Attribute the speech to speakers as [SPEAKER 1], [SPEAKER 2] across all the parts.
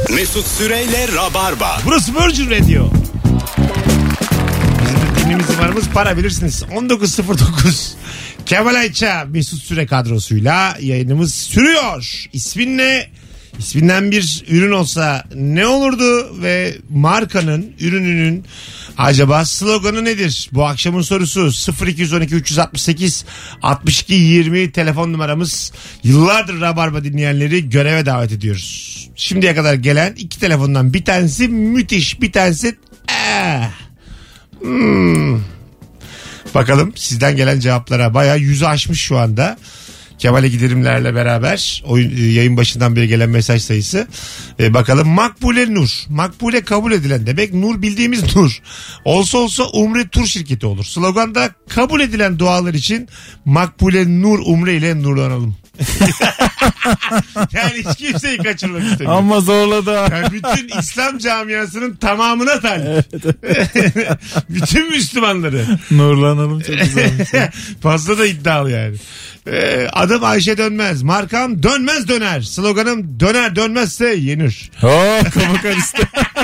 [SPEAKER 1] Mesut Süreyle Rabarba.
[SPEAKER 2] Burası Virgin Radio. Bizim de dinlemiz numaramız para bilirsiniz. 19.09. Kemal Ayça Mesut Süre kadrosuyla yayınımız sürüyor. İsmin ne? İsminden bir ürün olsa ne olurdu ve markanın, ürününün acaba sloganı nedir? Bu akşamın sorusu 0212 368 62 20 telefon numaramız. Yıllardır Rabarba dinleyenleri göreve davet ediyoruz. Şimdiye kadar gelen iki telefondan bir tanesi müthiş, bir tanesi Bakalım sizden gelen cevaplara. Bayağı 100'ü aşmış şu anda. Kemal'e giderimlerle beraber yayın başından beri gelen mesaj sayısı. Bakalım Makbule Nur. Makbule kabul edilen demek. Nur bildiğimiz Nur. Olsa olsa Umre Tur şirketi olur. Sloganda kabul edilen dualar için Makbule Nur Umre ile nurlanalım. Yani hiç kimseyi kaçırmak istemiyor.
[SPEAKER 3] Ama zorladı.
[SPEAKER 2] Yani bütün İslam camiasının tamamına talip. Evet. Bütün Müslümanları.
[SPEAKER 3] Nurlanalım, çok güzelmiş.
[SPEAKER 2] Fazla da iddialı yani. Adım Ayşe Dönmez. Markam dönmez döner. Sloganım döner dönmezse yenir.
[SPEAKER 3] Kafa karıştı.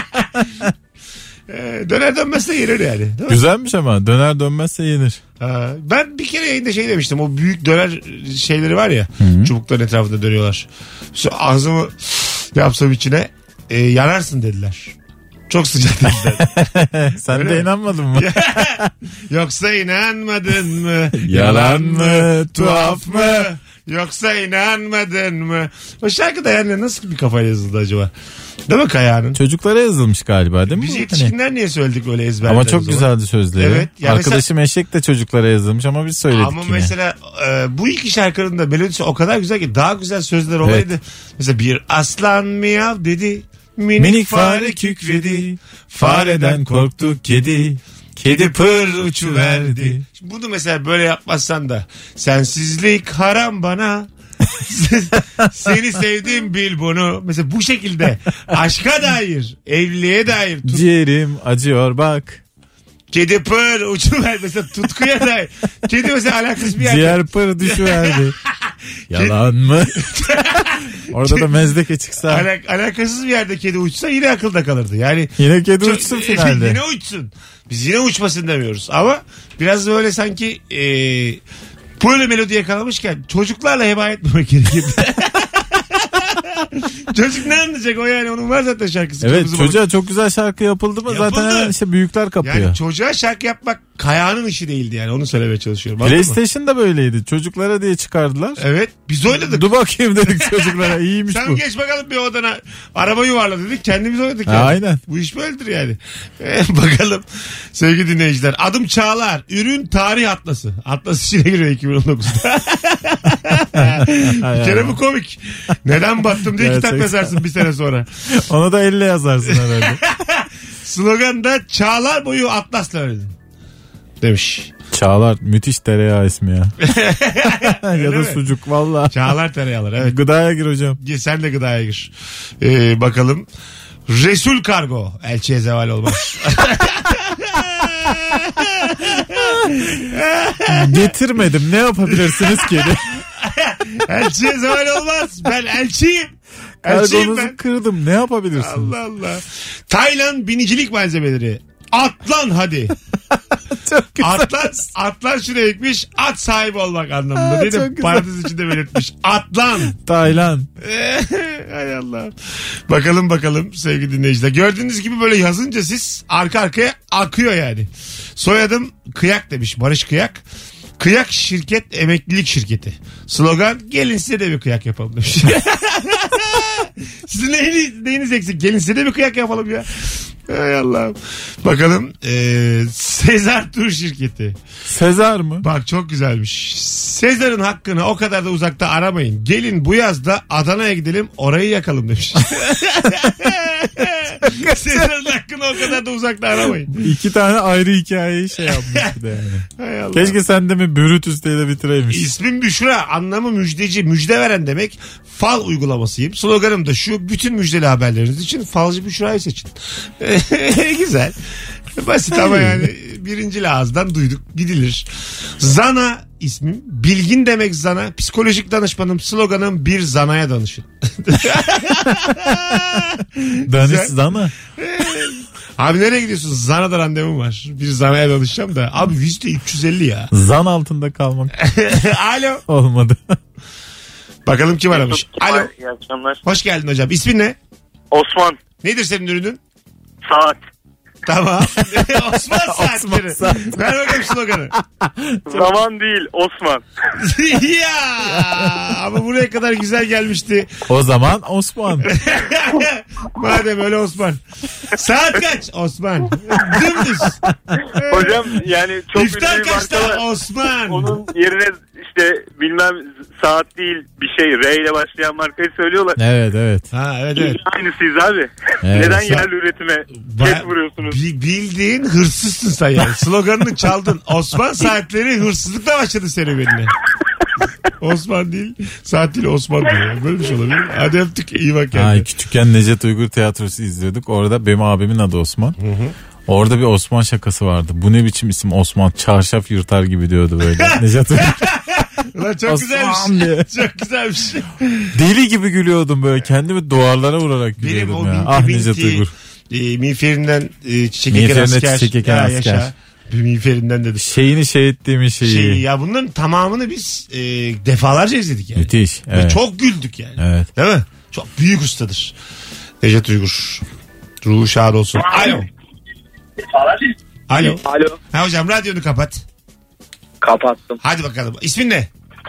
[SPEAKER 2] Döner dönmezse yenir yani.
[SPEAKER 3] Güzelmiş ama döner dönmezse yenir.
[SPEAKER 2] Ben bir kere yayında şey demiştim. O büyük döner şeyleri var ya. Çubukların etrafında dönüyorlar. Şu ağzımı yapsam içine yanarsın dediler. Çok sıcak dediler.
[SPEAKER 3] Sen
[SPEAKER 2] öyle
[SPEAKER 3] de
[SPEAKER 2] mi?
[SPEAKER 3] inanmadın mı?
[SPEAKER 2] Yoksa inanmadın mı?
[SPEAKER 3] Yalan mı? Tuhaf mı?
[SPEAKER 2] Yoksa inanmadın mı? O şarkı da yani nasıl bir kafayla yazıldı acaba? Değil mi Kaya'nın?
[SPEAKER 3] Çocuklara yazılmış galiba, değil mi?
[SPEAKER 2] Biz yetişkinler niye söyledik öyle ezberler?
[SPEAKER 3] Ama çok güzeldi sözleri.
[SPEAKER 2] Evet, yani
[SPEAKER 3] arkadaşım Eşek de çocuklara yazılmış ama biz söyledik
[SPEAKER 2] ama
[SPEAKER 3] yine.
[SPEAKER 2] mesela bu iki şarkının da melodisi o kadar güzel ki daha güzel sözler olaydı. Evet. Mesela bir aslan miyav dedi.
[SPEAKER 3] Minik fare kükredi. Fareden korktu kedi. Kedi pır uçuverdi.
[SPEAKER 2] Bunu mesela böyle yapmazsan da sensizlik haram bana. Seni sevdim bil bunu. Mesela bu şekilde aşka dair, evliliğe dair.
[SPEAKER 3] Ciğerim acıyor bak.
[SPEAKER 2] Kedi pır uçuver mesela tutkuya dair. Kedi mesela alakasız bir yerde.
[SPEAKER 3] Ciğer pır düşüverdi. Yalan mı? Orada da mezdeke çıksa.
[SPEAKER 2] Alakasız bir yerde kedi uçsa yine akılda kalırdı. Yani
[SPEAKER 3] yine kedi uçsun finalde.
[SPEAKER 2] Yine uçsun. Biz yine uçmasın demiyoruz. Ama biraz böyle sanki böyle melodi yakalamışken çocuklarla heba etmemek gerekir. Çocuk ne anlayacak o yani, onun var zaten şarkısı.
[SPEAKER 3] Evet, çocuğa çok güzel şarkı yapıldı mı zaten işte büyükler kapıyor.
[SPEAKER 2] Yani çocuğa şarkı yapmak Kaya'nın işi değildi yani, onu söylemeye çalışıyorum.
[SPEAKER 3] PlayStation da böyleydi, çocuklara diye çıkardılar.
[SPEAKER 2] Evet, biz oynadık.
[SPEAKER 3] Dur bakayım dedik çocuklara, iyiymiş
[SPEAKER 2] sen
[SPEAKER 3] bu.
[SPEAKER 2] Sen geç bakalım bir odana, araba yuvarla dedik, kendimiz oynadık yani.
[SPEAKER 3] Aynen.
[SPEAKER 2] Bu iş böyledir yani. Bakalım sevgili dinleyiciler, adım Çağlar, ürün tarih atlası. Atlas içine giriyor 2019'da. Bir kere bu komik. Neden battım diye kitap yazarsın bir sene sonra.
[SPEAKER 3] Onu da elle yazarsın herhalde.
[SPEAKER 2] Slogan da Çağlar boyu Atlas'la öğrenin demiş.
[SPEAKER 3] Çağlar müthiş tereyağı ismi ya. Ya da sucuk valla.
[SPEAKER 2] Çağlar tereyağları, evet.
[SPEAKER 3] Gıdaya gir hocam.
[SPEAKER 2] Sen de gıdaya gir. Bakalım. Resul Kargo. Elçiye zeval olmaz.
[SPEAKER 3] Getirmedim, ne yapabilirsiniz ki?
[SPEAKER 2] Elçiye zeval olmaz. Ben elçiyim. Elçiyim ben.
[SPEAKER 3] Kırdım, ne yapabilirsiniz?
[SPEAKER 2] Allah Allah. Tayland binicilik malzemeleri. Atlan hadi.
[SPEAKER 3] Çok güzel.
[SPEAKER 2] Atlan şuraya ekmiş. At sahibi olmak anlamında. Dedim parantez içinde belirtmiş. Atlan.
[SPEAKER 3] Tayland.
[SPEAKER 2] Hay Allah. Bakalım sevgili dinleyiciler. Gördüğünüz gibi böyle yazınca siz arka arkaya akıyor yani. Soyadım Kıyak demiş Barış Kıyak. Kıyak şirket emeklilik şirketi. Slogan gelin size de bir kıyak yapalım demiş. Sizin neyiniz eksik? Gelin size de bir kıyak yapalım ya. Hay Allah'ım. Bakalım Sezar Tur şirketi.
[SPEAKER 3] Sezar mı?
[SPEAKER 2] Bak çok güzelmiş. Sezar'ın hakkını o kadar da uzakta aramayın. Gelin bu yazda Adana'ya gidelim, orayı yakalım demiş. Sezar'ın hakkını o kadar da uzakta aramayın.
[SPEAKER 3] 2 tane ayrı hikayeyi şey yapmış bir de yani.
[SPEAKER 2] Hay Allah.
[SPEAKER 3] Keşke sen de mi Brutus diye de bitireymiş.
[SPEAKER 2] İsmim Büşra, anlamı müjdeci, müjde veren demek. Fal uygulamasıyım. Sloganım da şu: bütün müjdeli haberleriniz için falcı Büşra'yı seçin. Güzel. Basit ama yani birinci ağızdan duyduk. Gidilir. Zana ismim. Bilgin demek zana. Psikolojik danışmanım. Sloganım bir zanaya danışın.
[SPEAKER 3] Danış zana.
[SPEAKER 2] Abi nereye gidiyorsun? Zana'da randevum var. Bir zanaya danışacağım da. Abi vizite 350 ya.
[SPEAKER 3] Zan altında kalmak
[SPEAKER 2] Alo.
[SPEAKER 3] olmadı.
[SPEAKER 2] Bakalım kim aramış. Alo.
[SPEAKER 4] İyi akşamlar.
[SPEAKER 2] Hoş geldin hocam. İsmin ne?
[SPEAKER 4] Osman.
[SPEAKER 2] Nedir senin ürünün?
[SPEAKER 4] Saat.
[SPEAKER 2] Tamam. Osman saatleri.
[SPEAKER 3] Osman saat.
[SPEAKER 2] Ver bakalım sloganı.
[SPEAKER 4] Zaman değil Osman.
[SPEAKER 2] Ya ama buraya kadar güzel gelmişti.
[SPEAKER 3] O zaman Osman.
[SPEAKER 2] Madem öyle Osman. Saat kaç Osman? Dümdüz.
[SPEAKER 4] Hocam yani çok
[SPEAKER 2] İftar
[SPEAKER 4] ünlü bir
[SPEAKER 2] kaçta
[SPEAKER 4] marka var.
[SPEAKER 2] Osman?
[SPEAKER 4] Onun yerine işte bilmem saat değil bir şey R ile başlayan markayı söylüyorlar.
[SPEAKER 3] Evet.
[SPEAKER 2] Ha evet.
[SPEAKER 4] Aynısıyız abi.
[SPEAKER 3] Evet.
[SPEAKER 4] Neden yerel üretime ket vuruyorsunuz?
[SPEAKER 2] Bildiğin hırsızsın sen yani. Sloganını çaldın. Osman saatleri hırsızlıkla başladı serüvenine. Osman değil. Saat değil Osman diyor. Böyle bir şey olabilir. Hadi öptük. İyi bak kendine.
[SPEAKER 3] Küçükken Necdet Uygur tiyatrosu izliyorduk. Orada benim abimin adı Osman. Orada bir Osman şakası vardı. Bu ne biçim isim Osman? Çarşaf yırtar gibi diyordu böyle. Necdet Uygur.
[SPEAKER 2] Ulan çok
[SPEAKER 3] Osman
[SPEAKER 2] güzelmiş.
[SPEAKER 3] diye.
[SPEAKER 2] Çok güzelmiş.
[SPEAKER 3] Deli gibi gülüyordum böyle. Kendimi duvarlara vurarak
[SPEAKER 2] Benim
[SPEAKER 3] gülüyordum
[SPEAKER 2] o
[SPEAKER 3] ya.
[SPEAKER 2] Binti
[SPEAKER 3] Ah Necdet Uygur.
[SPEAKER 2] Miğferinden çiçek eken
[SPEAKER 3] Miğferinden
[SPEAKER 2] asker.
[SPEAKER 3] çiçek eken
[SPEAKER 2] Ya,
[SPEAKER 3] asker.
[SPEAKER 2] yaşa. Bir miğferinden dedik.
[SPEAKER 3] Şeyini şey ettiğimin şeyi.
[SPEAKER 2] Ya bunların tamamını biz defalarca izledik yani.
[SPEAKER 3] Müthiş.
[SPEAKER 2] Ve
[SPEAKER 3] Evet.
[SPEAKER 2] çok güldük yani.
[SPEAKER 3] Evet.
[SPEAKER 2] Değil mi? Çok büyük ustadır. Necdet Uygur. Ruhu şad olsun. Alo. Alo.
[SPEAKER 4] Alo.
[SPEAKER 2] Ha hocam radyonu kapat.
[SPEAKER 4] Kapattım.
[SPEAKER 2] Hadi bakalım. İsmin ne?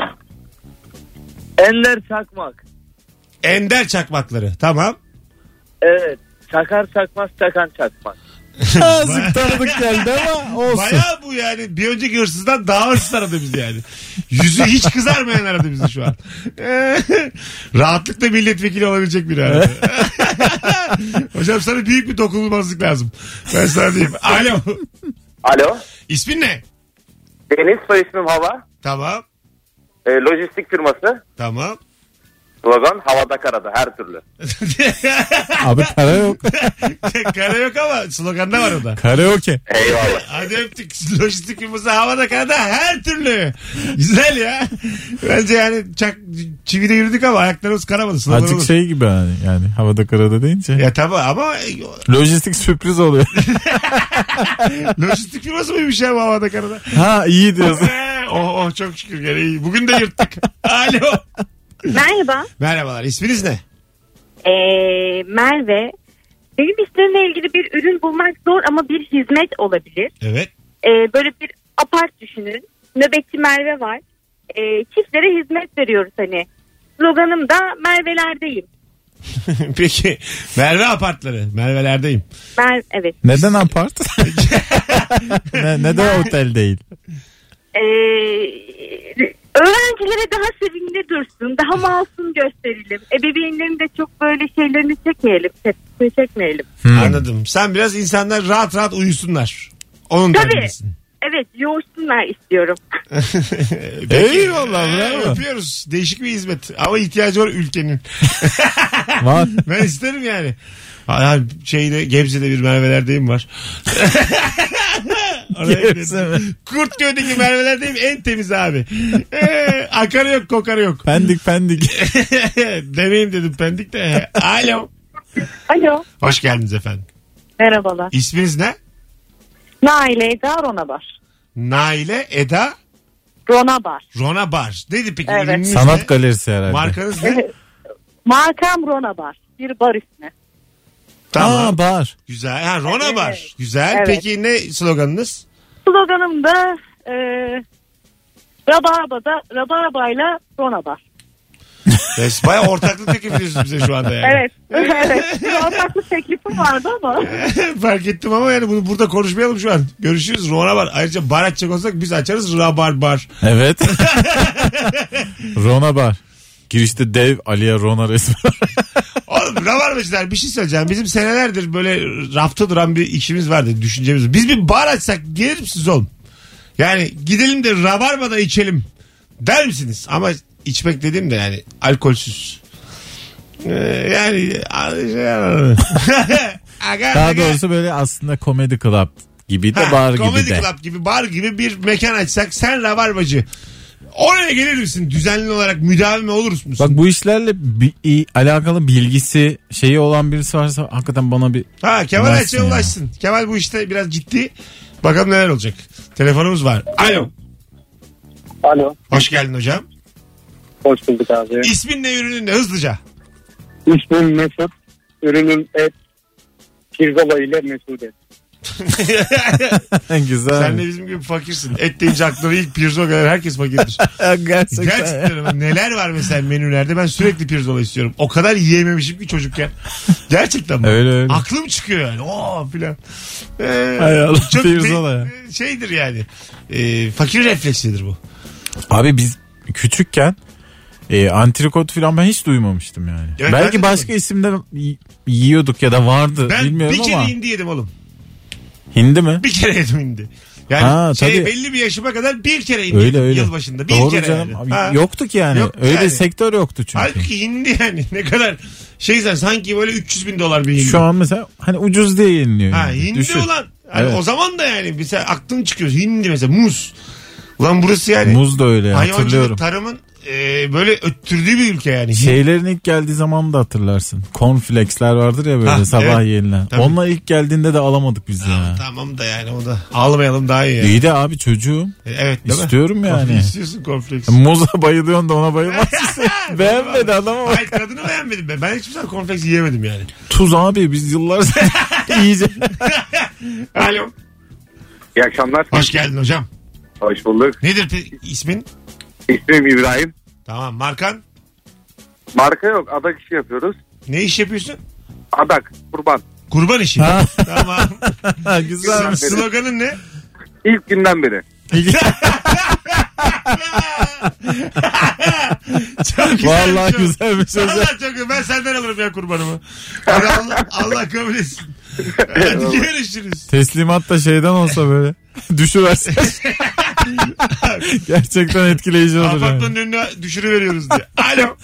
[SPEAKER 5] Ender Çakmak.
[SPEAKER 2] Ender çakmakları. Tamam.
[SPEAKER 5] Evet. Çakar çakmaz çakan çakmak.
[SPEAKER 3] Azıcık tanıdık geldi ama olsun.
[SPEAKER 2] Baya bu yani. Bir önceki hırsızdan daha hırsız aradı bizi yani. Yüzü hiç kızarmayan aradı bizi şu an. Rahatlıkla milletvekili olabilecek biri aradı. Hocam sana büyük bir dokunulmazlık lazım. Ben sana diyeyim. Alo.
[SPEAKER 4] Alo.
[SPEAKER 2] İsmin ne?
[SPEAKER 4] Deniz soy ismim Hava.
[SPEAKER 2] Tamam.
[SPEAKER 4] Lojistik firması.
[SPEAKER 2] Tamam.
[SPEAKER 4] Slogan havada karada her türlü.
[SPEAKER 3] Abi kara yok.
[SPEAKER 2] Kara yok ama sloganda var o da.
[SPEAKER 3] Karaoke.
[SPEAKER 4] Eyvallah.
[SPEAKER 2] Hadi öptük. Lojistik firması havada karada her türlü. Güzel ya. Bence yani çivide yürüdük ama ayaklarımız karamadı. Slogan
[SPEAKER 3] Azıcık
[SPEAKER 2] olur.
[SPEAKER 3] şey gibi yani havada karada deyince.
[SPEAKER 2] Ya tabii ama
[SPEAKER 3] Lojistik sürpriz oluyor.
[SPEAKER 2] lojistik firması mıymış ya bu havada karada?
[SPEAKER 3] Ha iyi diyorsun.
[SPEAKER 2] Çok şükür gene iyi. Bugün de yırttık. Alo.
[SPEAKER 6] Merhaba.
[SPEAKER 2] Merhabalar. İsminiz ne?
[SPEAKER 6] Merve. Benim işlerimle ilgili bir ürün bulmak zor ama bir hizmet olabilir.
[SPEAKER 2] Evet.
[SPEAKER 6] Böyle bir apart düşünün. Nöbetçi Merve var. Çiftlere hizmet veriyoruz hani. Sloganım da Merve'lerdeyim.
[SPEAKER 2] Peki. Merve apartları. Merve'lerdeyim.
[SPEAKER 6] Evet.
[SPEAKER 3] Neden apart? Neden otel değil?
[SPEAKER 6] Öğrencilere daha sevimli dursun. Daha masum gösterelim. Ebeveynlerin de çok böyle şeylerini çekmeyelim. Tepkisini çekmeyelim.
[SPEAKER 2] Anladım. Sen biraz insanlar rahat rahat uyusunlar. Onun
[SPEAKER 6] Tabii.
[SPEAKER 2] derdindesin.
[SPEAKER 6] Evet, yoğursunlar istiyorum.
[SPEAKER 3] Eyvallah, bravo.
[SPEAKER 2] Yapıyoruz. Değişik bir hizmet. Ama ihtiyacı var ülkenin.
[SPEAKER 3] Var.
[SPEAKER 2] Ben isterim yani. Gebze'de bir Merve'lerdeyim var.
[SPEAKER 3] Gebze mi?
[SPEAKER 2] Kurtköy'deki Merve'lerdeyim en temiz abi. Akarı yok kokarı yok.
[SPEAKER 3] Pendik.
[SPEAKER 2] Demeyeyim dedim pendik de. Alo.
[SPEAKER 6] Alo.
[SPEAKER 2] Hoş geldiniz efendim.
[SPEAKER 6] Merhabalar.
[SPEAKER 2] İsminiz ne?
[SPEAKER 6] Naile Eda Ronabar.
[SPEAKER 2] Naile Eda
[SPEAKER 6] Ronabar.
[SPEAKER 2] Ronabar. Neydi peki?
[SPEAKER 6] Evet.
[SPEAKER 2] ürününüz
[SPEAKER 3] Sanat
[SPEAKER 2] ne?
[SPEAKER 3] galerisi herhalde.
[SPEAKER 2] Markanız ne?
[SPEAKER 6] Markam Ronabar. Bir bar ismi.
[SPEAKER 2] Tamam.
[SPEAKER 3] Aa, bar.
[SPEAKER 2] Güzel. Ha Ronabar.
[SPEAKER 6] Evet.
[SPEAKER 2] Güzel.
[SPEAKER 6] Evet.
[SPEAKER 2] Peki ne sloganınız?
[SPEAKER 6] Sloganım da Rabarbayla Ronabar.
[SPEAKER 2] Baya ortaklık teklif ediyorsunuz bize şu anda yani.
[SPEAKER 6] Evet. Evet. Bir ortaklık teklifim vardı ama.
[SPEAKER 2] Fark ettim ama yani bunu burada konuşmayalım şu an. Görüşürüz. Ronabar. Ayrıca bar açacak olsak biz açarız Rabarbar.
[SPEAKER 3] Evet. Rona bar. Girişte dev Aliye Rona resmi.
[SPEAKER 2] Oğlum Rabarbacılar bir şey söyleyeceğim. Bizim senelerdir böyle rafta duran bir işimiz vardı. Düşüncemiz var. Biz bir bar açsak gelir misiniz oğlum? Yani gidelim de Rabarba'da içelim. Der misiniz? Ama içmek dediğim de yani alkolsüz. Yani
[SPEAKER 3] Daha doğrusu böyle aslında komedi club gibi de bar gibi
[SPEAKER 2] Comedy
[SPEAKER 3] de.
[SPEAKER 2] Club gibi, bar gibi bir mekan açsak, sen Rabarbacı oraya gelir misin? Düzenli olarak müdavimi olur musun?
[SPEAKER 3] Bak bu işlerle alakalı bilgisi şeyi olan birisi varsa hakikaten bana bir
[SPEAKER 2] Kemal
[SPEAKER 3] ulaşsın
[SPEAKER 2] Ayça'ya
[SPEAKER 3] ya.
[SPEAKER 2] ulaşsın. Kemal bu işte biraz ciddi. Bakalım neler olacak. Telefonumuz var. Alo.
[SPEAKER 5] Alo.
[SPEAKER 2] Hoş geldin hocam.
[SPEAKER 5] Hoş bulduk abi.
[SPEAKER 2] İsmin ne, ürünün ne? Hızlıca.
[SPEAKER 5] İsmim Mesut. Ürünüm et. Pirzola ile Mesude.
[SPEAKER 3] Güzel.
[SPEAKER 2] Sen de bizim gibi fakirsin. Et deyince aklına ilk pirzola gelir. Herkes fakirdir. Gerçekten neler var mesela menülerde, ben sürekli pirzola istiyorum. O kadar yiyememişim ki çocukken. Gerçekten bak.
[SPEAKER 3] Öyle.
[SPEAKER 2] Aklım çıkıyor yani. Oo filan.
[SPEAKER 3] Hay Allah,
[SPEAKER 2] Çok
[SPEAKER 3] pirzola ya.
[SPEAKER 2] şeydir yani. Fakir refleksidir bu.
[SPEAKER 3] Abi biz küçükken antrikot falan ben hiç duymamıştım yani.
[SPEAKER 2] Evet, ben de
[SPEAKER 3] belki başka isimler yiyorduk ya da vardı
[SPEAKER 2] Ben
[SPEAKER 3] bilmiyorum
[SPEAKER 2] bir kere
[SPEAKER 3] ama.
[SPEAKER 2] hindi yedim oğlum.
[SPEAKER 3] Hindi mi?
[SPEAKER 2] Bir kere yedim hindi. Yani
[SPEAKER 3] tabii.
[SPEAKER 2] belli bir yaşıma kadar bir kere hindi
[SPEAKER 3] Öyle
[SPEAKER 2] yedim
[SPEAKER 3] öyle.
[SPEAKER 2] yılbaşında. Bir
[SPEAKER 3] Doğru
[SPEAKER 2] kere
[SPEAKER 3] canım.
[SPEAKER 2] yani.
[SPEAKER 3] Abi, yoktu ki yani.
[SPEAKER 2] Yok
[SPEAKER 3] öyle
[SPEAKER 2] yani.
[SPEAKER 3] sektör yoktu çünkü.
[SPEAKER 2] Halbuki hindi yani ne kadar sanki böyle 300 bin dolar bir hindi.
[SPEAKER 3] Şu an mesela hani ucuz diye yeniliyor. Yani.
[SPEAKER 2] Hindi
[SPEAKER 3] Düşün.
[SPEAKER 2] olan hani
[SPEAKER 3] Evet.
[SPEAKER 2] o zaman da yani mesela aklın çıkıyor hindi mesela muz. Ulan burası yani
[SPEAKER 3] Muz da öyle
[SPEAKER 2] hayvancılık
[SPEAKER 3] hatırlıyorum.
[SPEAKER 2] tarımın böyle öttürdüğü bir ülke yani.
[SPEAKER 3] Şeylerin ilk geldiği zaman da hatırlarsın. Cornflakes'ler vardır ya böyle sabah
[SPEAKER 2] evet.
[SPEAKER 3] yenilen.
[SPEAKER 2] Tabii.
[SPEAKER 3] Onlar ilk geldiğinde de alamadık biz ya.
[SPEAKER 2] Tamam da yani o da almayalım daha iyi. Yani.
[SPEAKER 3] İyi de abi çocuğum.
[SPEAKER 2] Evet değil mi?
[SPEAKER 3] İstiyorum yani.
[SPEAKER 2] İstiyorsun cornflakes.
[SPEAKER 3] Muza bayılıyorsun da ona bayılmazsın. Beğenmedi adama bak.
[SPEAKER 2] Hayır tadını beğenmedim ben. Ben hiçbir zaman cornflakes yiyemedim yani.
[SPEAKER 3] Tuz abi biz yıllarca iyice.
[SPEAKER 2] Alo.
[SPEAKER 4] İyi akşamlar.
[SPEAKER 2] Hoş geldin hocam.
[SPEAKER 4] Hoş bulduk.
[SPEAKER 2] Nedir ismin?
[SPEAKER 4] İsmim İbrahim.
[SPEAKER 2] Tamam, markan?
[SPEAKER 4] Marka yok. Adak işi yapıyoruz.
[SPEAKER 2] Ne iş yapıyorsun?
[SPEAKER 4] Adak. Kurban.
[SPEAKER 2] Kurban işi.
[SPEAKER 3] Ha.
[SPEAKER 2] Tamam.
[SPEAKER 3] Güzel.
[SPEAKER 2] Sloganın ne?
[SPEAKER 4] İlk günden beri.
[SPEAKER 2] Çok güzel.
[SPEAKER 3] Vallahi
[SPEAKER 2] çok.
[SPEAKER 3] güzelmiş hocam.
[SPEAKER 2] Vallahi çok güzel. Ben senden alırım ya kurbanımı. Hadi Allah kabul etsin. Hadi görüşürüz.
[SPEAKER 3] Teslimat da şeyden olsa böyle. Düşüversin. Gerçekten etkileyici olur
[SPEAKER 2] Apartmanın
[SPEAKER 3] yani.
[SPEAKER 2] önüne düşürüveriyoruz diye. Alo.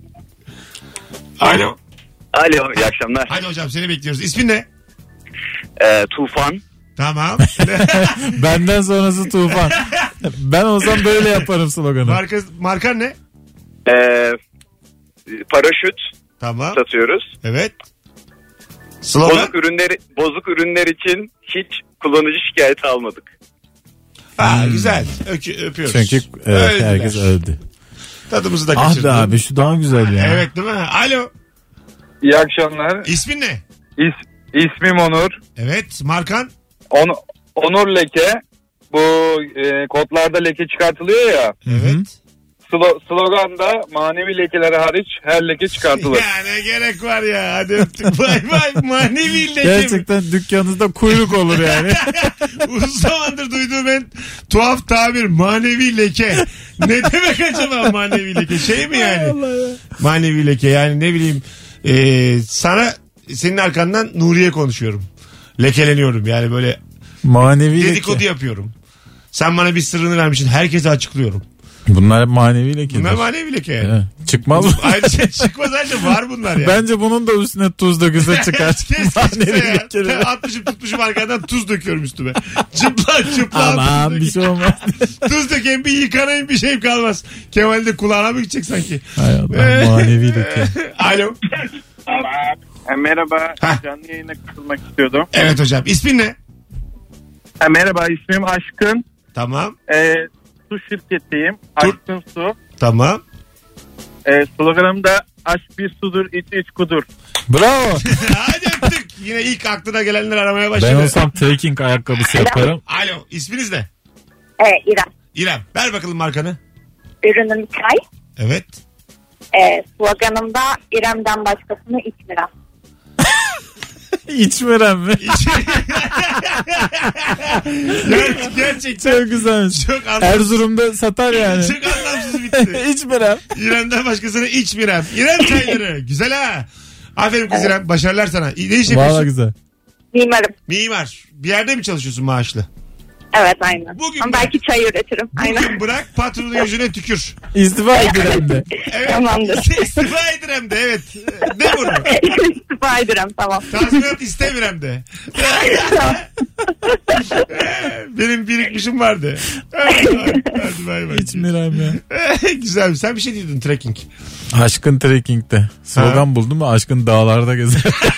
[SPEAKER 2] Alo.
[SPEAKER 7] Alo, iyi akşamlar.
[SPEAKER 2] Hadi hocam seni bekliyoruz. İsmin ne?
[SPEAKER 7] Tufan.
[SPEAKER 2] Tamam.
[SPEAKER 3] Benden sonrası tufan. Ben olsam böyle yaparım sloganı.
[SPEAKER 2] Markan ne?
[SPEAKER 7] Paraşüt
[SPEAKER 2] Tamam.
[SPEAKER 7] satıyoruz.
[SPEAKER 2] Evet. Slogan.
[SPEAKER 7] Bozuk ürünler için hiç kullanıcı şikayeti almadık.
[SPEAKER 2] Güzel. Öpüyoruz.
[SPEAKER 3] Çünkü
[SPEAKER 2] Öldüler.
[SPEAKER 3] herkes öldü.
[SPEAKER 2] Tadımızı da
[SPEAKER 3] Ah
[SPEAKER 2] kaçırdık.
[SPEAKER 3] be abi şu daha güzel ya.
[SPEAKER 2] Evet değil mi? Alo.
[SPEAKER 8] İyi akşamlar.
[SPEAKER 2] İsmin ne?
[SPEAKER 8] İsmim Onur.
[SPEAKER 2] Evet. Markan?
[SPEAKER 8] Onur Leke. Bu kodlarda leke çıkartılıyor ya.
[SPEAKER 2] Evet.
[SPEAKER 8] Sloganda manevi lekeleri hariç her leke çıkartılır.
[SPEAKER 2] Ya ne gerek var ya. Hadi öptük. Bay bay. Manevi leke.
[SPEAKER 3] Gerçekten dükkanınızda kuyruk olur yani.
[SPEAKER 2] Uzun zamandır duyduğum en tuhaf tabir. Manevi leke. Ne demek acaba manevi leke? Şey mi yani? Manevi leke. Yani ne bileyim. Senin arkandan Nuriye konuşuyorum. Lekeleniyorum. Yani böyle
[SPEAKER 3] Manevi
[SPEAKER 2] dedikodu
[SPEAKER 3] leke.
[SPEAKER 2] yapıyorum. Sen bana bir sırrını vermişsin. Herkese açıklıyorum.
[SPEAKER 3] Bunlar hep manevi lekedir.
[SPEAKER 2] Bunlar manevi leke yani.
[SPEAKER 3] Evet. Çıkmaz mı?
[SPEAKER 2] Ayrıca çıkmaz ayrıca var bunlar yani.
[SPEAKER 3] Bence bunun da üstüne tuz dökülse çıkar. Manevi
[SPEAKER 2] ya.
[SPEAKER 3] lekeleri.
[SPEAKER 2] Atmışım tutmuşum arkadan tuz döküyorum üstüme. Çıplak
[SPEAKER 3] Aman
[SPEAKER 2] tuz
[SPEAKER 3] bir şey olmaz.
[SPEAKER 2] Tuz dökeyim bir yıkanayım bir şeyim kalmaz. Kemal de kulağına mı gidecek sanki?
[SPEAKER 3] Hay Allah manevi leke.
[SPEAKER 2] Alo.
[SPEAKER 8] Merhaba.
[SPEAKER 2] Hah.
[SPEAKER 8] Canlı yayına katılmak istiyordum.
[SPEAKER 2] Evet hocam. İsmin ne?
[SPEAKER 8] Merhaba, ismim Aşkın.
[SPEAKER 2] Tamam.
[SPEAKER 8] Su şirketiyim. Aşkın Su.
[SPEAKER 2] Tamam.
[SPEAKER 8] Sloganım da aşk bir sudur, iç kudur.
[SPEAKER 3] Bravo.
[SPEAKER 2] Hadi öptük. Yine ilk aklına gelenler aramaya başladı.
[SPEAKER 3] Ben olsam trekking ayakkabısı yaparım.
[SPEAKER 2] Alo. İsminiz ne?
[SPEAKER 6] İrem.
[SPEAKER 2] İrem. Ver bakalım markanı.
[SPEAKER 6] Ürünüm çay.
[SPEAKER 2] Evet.
[SPEAKER 6] Sloganım da İrem'den başkasını içmiyorum.
[SPEAKER 3] İçmeren mi?
[SPEAKER 2] Gerçekten
[SPEAKER 3] Çok güzelmiş.
[SPEAKER 2] çok anlamsız.
[SPEAKER 3] Erzurum'da satar yani.
[SPEAKER 2] Çok anlamsız bitti.
[SPEAKER 3] İçmeren.
[SPEAKER 2] İrem'den başkasını içmirem. İrem çayları. Güzel ha. Aferin kız İrem. Başarılar sana. Ne iş yapıyorsun?
[SPEAKER 3] Valla güzel.
[SPEAKER 6] Mimarım.
[SPEAKER 2] Mimar. Bir yerde mi çalışıyorsun maaşlı?
[SPEAKER 6] Evet aynen.
[SPEAKER 2] Bugün
[SPEAKER 6] Ama
[SPEAKER 2] bırak.
[SPEAKER 6] belki çay üretirim. Aynen.
[SPEAKER 2] Bugün bırak patronun yüzüne tükür.
[SPEAKER 3] İstifa edin hem de.
[SPEAKER 2] Evet.
[SPEAKER 6] Tamamdır.
[SPEAKER 2] İstifa ederim de evet. De bunu.
[SPEAKER 6] İstifa ederim tamam.
[SPEAKER 2] Tazminat istemiyorum de. Benim birikmişim vardı. Hadi bay bay.
[SPEAKER 3] Hiç miram ya.
[SPEAKER 2] Güzel. Sen bir şey diyordun trekking.
[SPEAKER 3] Aşkın trekking'de. Slogan buldum mu aşkın dağlarda gezer.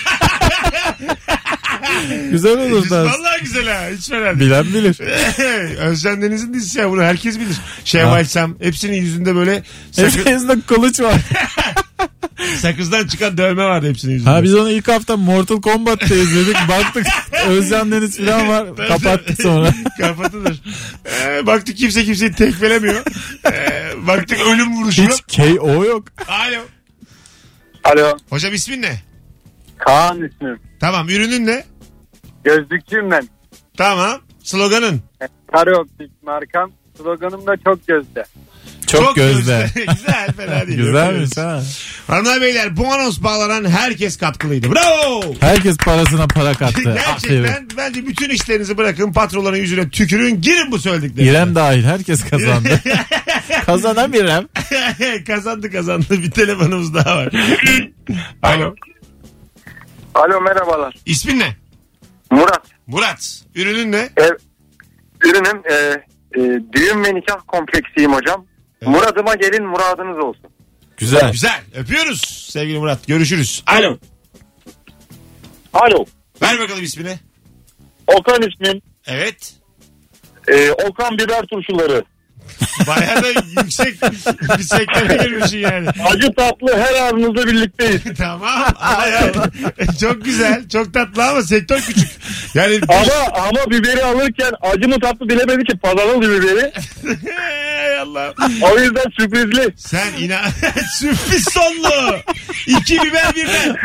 [SPEAKER 3] Güzel olur da.
[SPEAKER 2] Vallahi güzel ha. Hiç fena değil.
[SPEAKER 3] Bilen bilir.
[SPEAKER 2] Özcan Deniz'in dizisi ya. Bunu herkes bilir. Şevval Sam. Hepsinin yüzünde böyle
[SPEAKER 3] Hepinizde kılıç var.
[SPEAKER 2] sakızdan çıkan dövme vardı hepsinin yüzünde.
[SPEAKER 3] Ha biz onu ilk hafta Mortal Kombat'ta izledik. Baktık Özcan Deniz falan var. Kapattık sonra.
[SPEAKER 2] Kapatılır. Baktık kimse kimseyi tekmelemiyor. Baktık ölüm vuruşu.
[SPEAKER 3] Hiç KO yok.
[SPEAKER 2] Alo.
[SPEAKER 8] Alo.
[SPEAKER 2] Hocam ismin ne?
[SPEAKER 8] Kaan ismim.
[SPEAKER 2] Tamam, ürünün ne?
[SPEAKER 8] Gözlükçüyüm ben.
[SPEAKER 2] Tamam. Sloganın?
[SPEAKER 8] Kareoptik markam. Sloganım da çok gözde.
[SPEAKER 3] Çok gözde.
[SPEAKER 2] Güzel, fena değil.
[SPEAKER 3] Güzelmiş ha.
[SPEAKER 2] Hanımlar beyler, bu anons bağlanan herkes katkılıydı. Bravo.
[SPEAKER 3] Herkes parasına para kattı. Aferin.
[SPEAKER 2] Gerçekten bence bütün işlerinizi bırakın, patronların yüzüne tükürün, girin bu söylediklerine.
[SPEAKER 3] İrem dahil herkes kazandı. Kazanan İrem.
[SPEAKER 2] kazandı. Bir telefonumuz daha var. Alo.
[SPEAKER 8] Alo merhabalar.
[SPEAKER 2] İsmin ne? Murat. Ürünün ne?
[SPEAKER 8] Ürünüm düğün ve nikah kompleksiyim hocam.
[SPEAKER 2] Evet.
[SPEAKER 8] Muradıma gelin muradınız olsun.
[SPEAKER 3] Güzel.
[SPEAKER 2] Güzel. Öpüyoruz sevgili Murat. Görüşürüz. Alo.
[SPEAKER 8] Alo.
[SPEAKER 2] Ver bakalım ismini.
[SPEAKER 8] Okan ismim.
[SPEAKER 2] Evet.
[SPEAKER 8] Okan biber turşuları.
[SPEAKER 2] Bayağı da yüksek bir sektöre girmişsin yani.
[SPEAKER 8] Acı tatlı her anınızda birlikteyiz.
[SPEAKER 2] Tamam. Çok güzel. Çok tatlı ama sektör küçük. Yani
[SPEAKER 8] Ama biberi alırken acı mı tatlı bilemedi ki pazarladı biberi.
[SPEAKER 2] Ey Allah.
[SPEAKER 8] O yüzden sürprizli.
[SPEAKER 2] Sen inan sürpriz sonlu. 2 biber birden.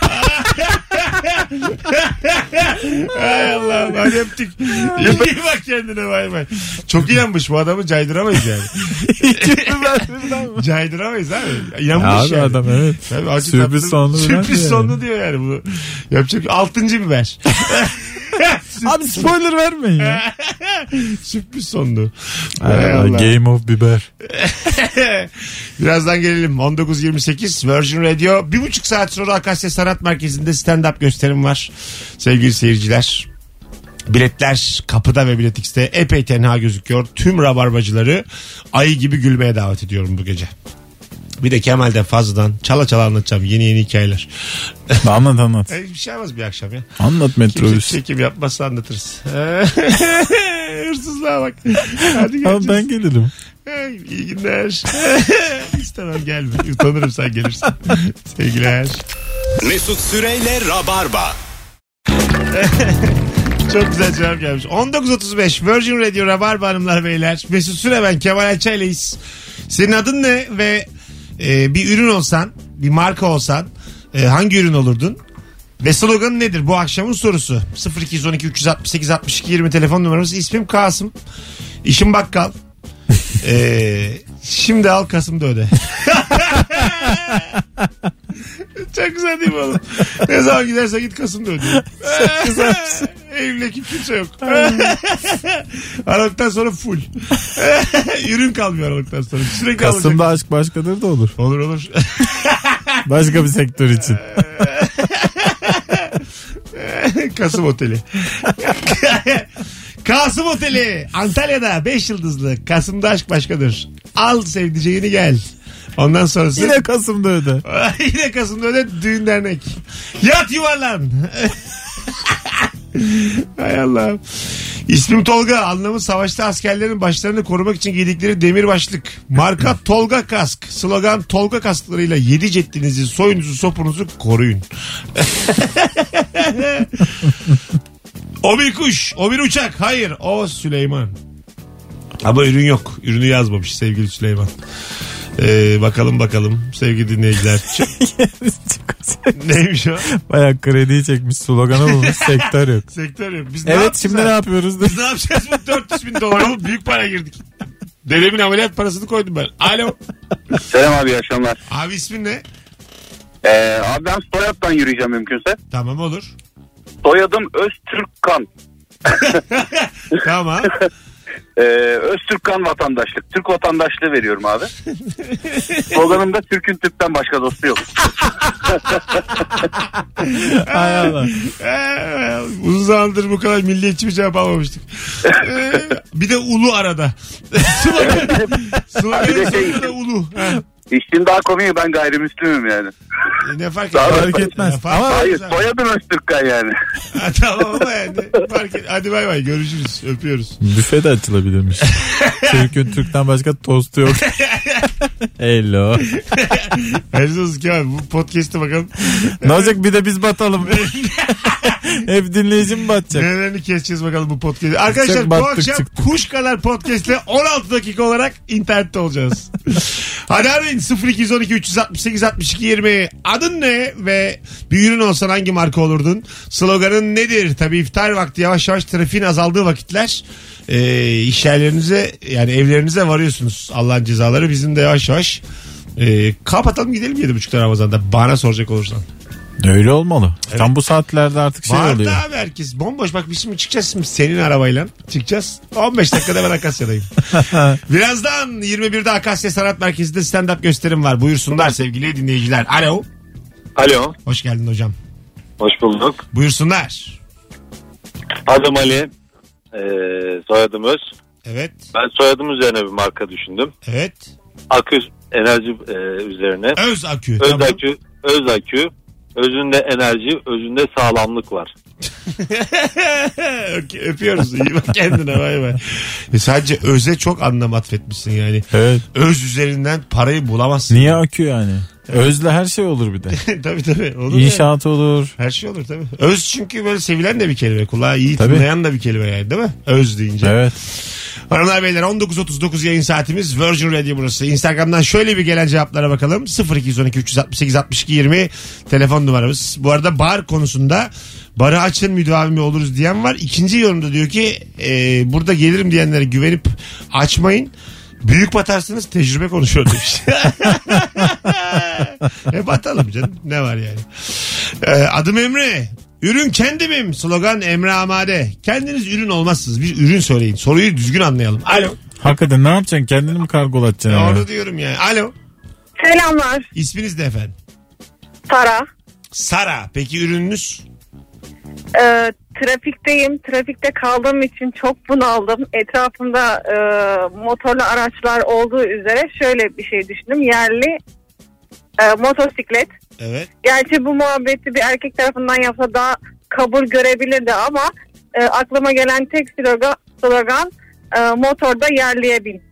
[SPEAKER 2] Hay Allah. Hadi öptük. İyi bak kendine, bay bay. İyi yanmış bu adamı, caydıramayız yani. Caydıramayız abi. Yanmış
[SPEAKER 3] Abi
[SPEAKER 2] yani.
[SPEAKER 3] adam evet.
[SPEAKER 2] Tabii, acı
[SPEAKER 3] Sürpriz
[SPEAKER 2] tatlı,
[SPEAKER 3] sonlu.
[SPEAKER 2] Sürpriz sonlu diyor yani bu. Yapacak 6. biber.
[SPEAKER 3] Abi spoiler vermeyin ya.
[SPEAKER 2] Sürpriz sonlu.
[SPEAKER 3] Game of biber.
[SPEAKER 2] Birazdan gelelim. 19.28 Virgin Radio. 1,5 saat sonra Akasya Sanat Merkezi'nde stand-up gösterim var. Sevgili seyirciler. Biletler kapıda ve Bilet X'te epey tenha gözüküyor. Tüm rabarbacıları ayı gibi gülmeye davet ediyorum bu gece. Bir de Kemal'den Fazlı'dan çala anlatacağım yeni hikayeler.
[SPEAKER 3] Anlat.
[SPEAKER 2] Bir şey olmaz bir akşam ya.
[SPEAKER 3] Anlat metrobüs.
[SPEAKER 2] Çekim yapmazsa anlatırız. Hırsızlığa bak. Hadi
[SPEAKER 3] Ama
[SPEAKER 2] geleceğiz.
[SPEAKER 3] ben gelirim.
[SPEAKER 2] İyi günler. İstemem, gelme. Utanırım sen gelirsin. Sevgiler.
[SPEAKER 1] Mesut Süreyle Rabarba.
[SPEAKER 2] Çok güzel cevap gelmiş. 19.35 Virgin Radio Rabarba hanımlar beyler. Mesut Süre ben, Kemal Ayça'yleyiz. Senin adın ne ve bir ürün olsan, bir marka olsan hangi ürün olurdun? Ve sloganı nedir? Bu akşamın sorusu. 0212 368 62 20 telefon numaramız. İsmim Kasım. İşim bakkal. Şimdi al, Kasım'da öde. Çok güzel değil mi oğlum? Ne zaman gidersen git, Kasım'da öde. Çok güzel. Evdeki kimse yok. Aralıktan sonra full. Ürün kalmıyor aralıktan sonra. Sürekli
[SPEAKER 3] Kasım'da
[SPEAKER 2] alacak.
[SPEAKER 3] aşk başkadır da olur.
[SPEAKER 2] Olur.
[SPEAKER 3] Başka bir sektör için.
[SPEAKER 2] Kasım Oteli. Kasım Oteli Antalya'da 5 yıldızlı. Kasım'da aşk başkadır. Al sevdiceğini gel. Ondan sonrası
[SPEAKER 3] Yine Kasım'da öde.
[SPEAKER 2] yine Kasım'da öyle düğün dernek. Yat yuvarlan. Hay Allah. İsmim Tolga. Anlamı savaşta askerlerin başlarını korumak için giydikleri demir başlık. Marka Tolga Kask. Slogan Tolga kasklarıyla 7 ceddinizi, soyunuzu, sopunuzu koruyun. O bir kuş, o bir uçak. Hayır, o Süleyman. Ama ürün yok. Ürünü yazmamış sevgili Süleyman. Bakalım sevgili dinleyiciler. Neymiş o?
[SPEAKER 3] Bayağı krediyi çekmiş, sloganı bulmuş, sektör yok.
[SPEAKER 2] Sektör yok. Biz
[SPEAKER 3] Evet, şimdi ne yapıyoruz?
[SPEAKER 2] Biz ne yapacağız bu 400 bin dolar? Oğlum büyük para girdik. Dedemin ameliyat parasını koydum ben. Alo.
[SPEAKER 7] Selam abi, iyi akşamlar.
[SPEAKER 2] Abi ismin ne?
[SPEAKER 7] Abi ben soyaddan yürüyeceğim mümkünse.
[SPEAKER 2] Tamam olur.
[SPEAKER 7] Soyadım Öztürkkan.
[SPEAKER 2] Tamam.
[SPEAKER 7] Öztürkkan vatandaşlık. Türk vatandaşlığı veriyorum abi. Sloganımda Türk'ün Türk'ten başka dostu yok.
[SPEAKER 3] Hay Allah.
[SPEAKER 2] Uzun zamandır bu kadar milliyetçi bir cevap almamıştık. Bir de ulu arada. Sloganın sonunda ulu.
[SPEAKER 7] İşin daha komiği, ben gayrimüslimim yani.
[SPEAKER 2] Ne fark
[SPEAKER 3] Fark etmez. Ama
[SPEAKER 7] Hayır, soyadım Öztürkkan yani.
[SPEAKER 2] Tamam ama yani. Hadi bay bay, görüşürüz. Öpüyoruz.
[SPEAKER 3] büfe de açılabilirmiş. Türk'ün Türk'ten başka tostu yok. Hello.
[SPEAKER 2] Hayırlısı olsun Kemal. Bu podcast'e bakalım.
[SPEAKER 3] Ne olacak, bir de biz batalım. Hep dinleyici mi batacak?
[SPEAKER 2] Nelerini keseceğiz bakalım bu podcast. Arkadaşlar bu
[SPEAKER 3] battık,
[SPEAKER 2] akşam
[SPEAKER 3] çıktık.
[SPEAKER 2] kuş kadar podcast'le 16 dakika olarak internette olacağız. Hadi arayın 0212 368 62 20. Adın ne ve bir ürün olsan hangi marka olurdun? Sloganın nedir? Tabii iftar vakti, yavaş yavaş trafiğin azaldığı vakitler iş yerlerinize, yani evlerinize varıyorsunuz. Allah'ın cezaları. Bizim de yavaş yavaş kapatalım gidelim 7.30'da Ramazan'da, bana soracak olursan.
[SPEAKER 3] Öyle olmalı. Evet. Tam bu saatlerde artık şey
[SPEAKER 2] Vardı
[SPEAKER 3] oluyor.
[SPEAKER 2] abi, herkes bomboş. Bak biz şimdi çıkacağız, şimdi senin arabayla çıkacağız. 15 dakikada ben Akasya'dayım. Birazdan 21'de Akasya Sanat Merkezi'nde stand-up gösterim var. Buyursunlar sevgili dinleyiciler. Alo.
[SPEAKER 8] Alo.
[SPEAKER 2] Hoş geldin hocam.
[SPEAKER 8] Hoş bulduk.
[SPEAKER 2] Buyursunlar.
[SPEAKER 8] Adım Ali. Soyadım Öz.
[SPEAKER 2] Evet.
[SPEAKER 8] Ben soyadım üzerine bir marka düşündüm.
[SPEAKER 2] Evet.
[SPEAKER 8] Akü enerji üzerine.
[SPEAKER 2] Öz akü.
[SPEAKER 8] Öz
[SPEAKER 2] Tamam.
[SPEAKER 8] akü. Öz akü. Özünde enerji, özünde sağlamlık var.
[SPEAKER 2] Öpüyoruz. İyi bak kendine, bay bay. Sadece öze çok anlam atfetmişsin yani.
[SPEAKER 3] Evet.
[SPEAKER 2] Öz üzerinden parayı bulamazsın.
[SPEAKER 3] Niye akü yani? Özle her şey olur bir de.
[SPEAKER 2] Tabii. Olur
[SPEAKER 3] İnşaat olur.
[SPEAKER 2] Her şey olur tabii. Öz çünkü böyle sevilen de bir kelime. Kulağa iyi
[SPEAKER 3] Tabii.
[SPEAKER 2] tınlayan da bir kelime yani, değil mi? Öz deyince.
[SPEAKER 3] Evet.
[SPEAKER 2] Hanımlar beyler, 19.39 yayın saatimiz, Virgin Radio burası. Instagram'dan şöyle bir gelen cevaplara bakalım. 0212 368 62 20 telefon numaramız. Bu arada bar konusunda barı açın müdavimi oluruz diyen var. İkinci yorumda diyor ki burada gelirim diyenlere güvenip açmayın. Büyük batarsınız, tecrübe konuşuyor demiş. Batalım canım, ne var yani. Adım Emre. Ürün kendimim. Slogan Emre Amade. Kendiniz ürün olmazsınız. Bir ürün söyleyin. Soruyu düzgün anlayalım. Alo.
[SPEAKER 3] Hakikaten ne yapacaksın? Kendini mi kargolatacaksın?
[SPEAKER 2] Orada diyorum yani. Alo.
[SPEAKER 6] Selamlar.
[SPEAKER 2] İsminiz de efendim?
[SPEAKER 6] Sara.
[SPEAKER 2] Sara. Peki ürününüz?
[SPEAKER 6] Trafikteyim. Trafikte kaldığım için çok bunaldım. Etrafımda motorlu araçlar olduğu üzere şöyle bir şey düşündüm. Yerli motosiklet.
[SPEAKER 2] Evet.
[SPEAKER 6] Gerçi bu muhabbeti bir erkek tarafından yapsa daha kabul görebilirdi ama aklıma gelen tek slogan motorda yerliye bin.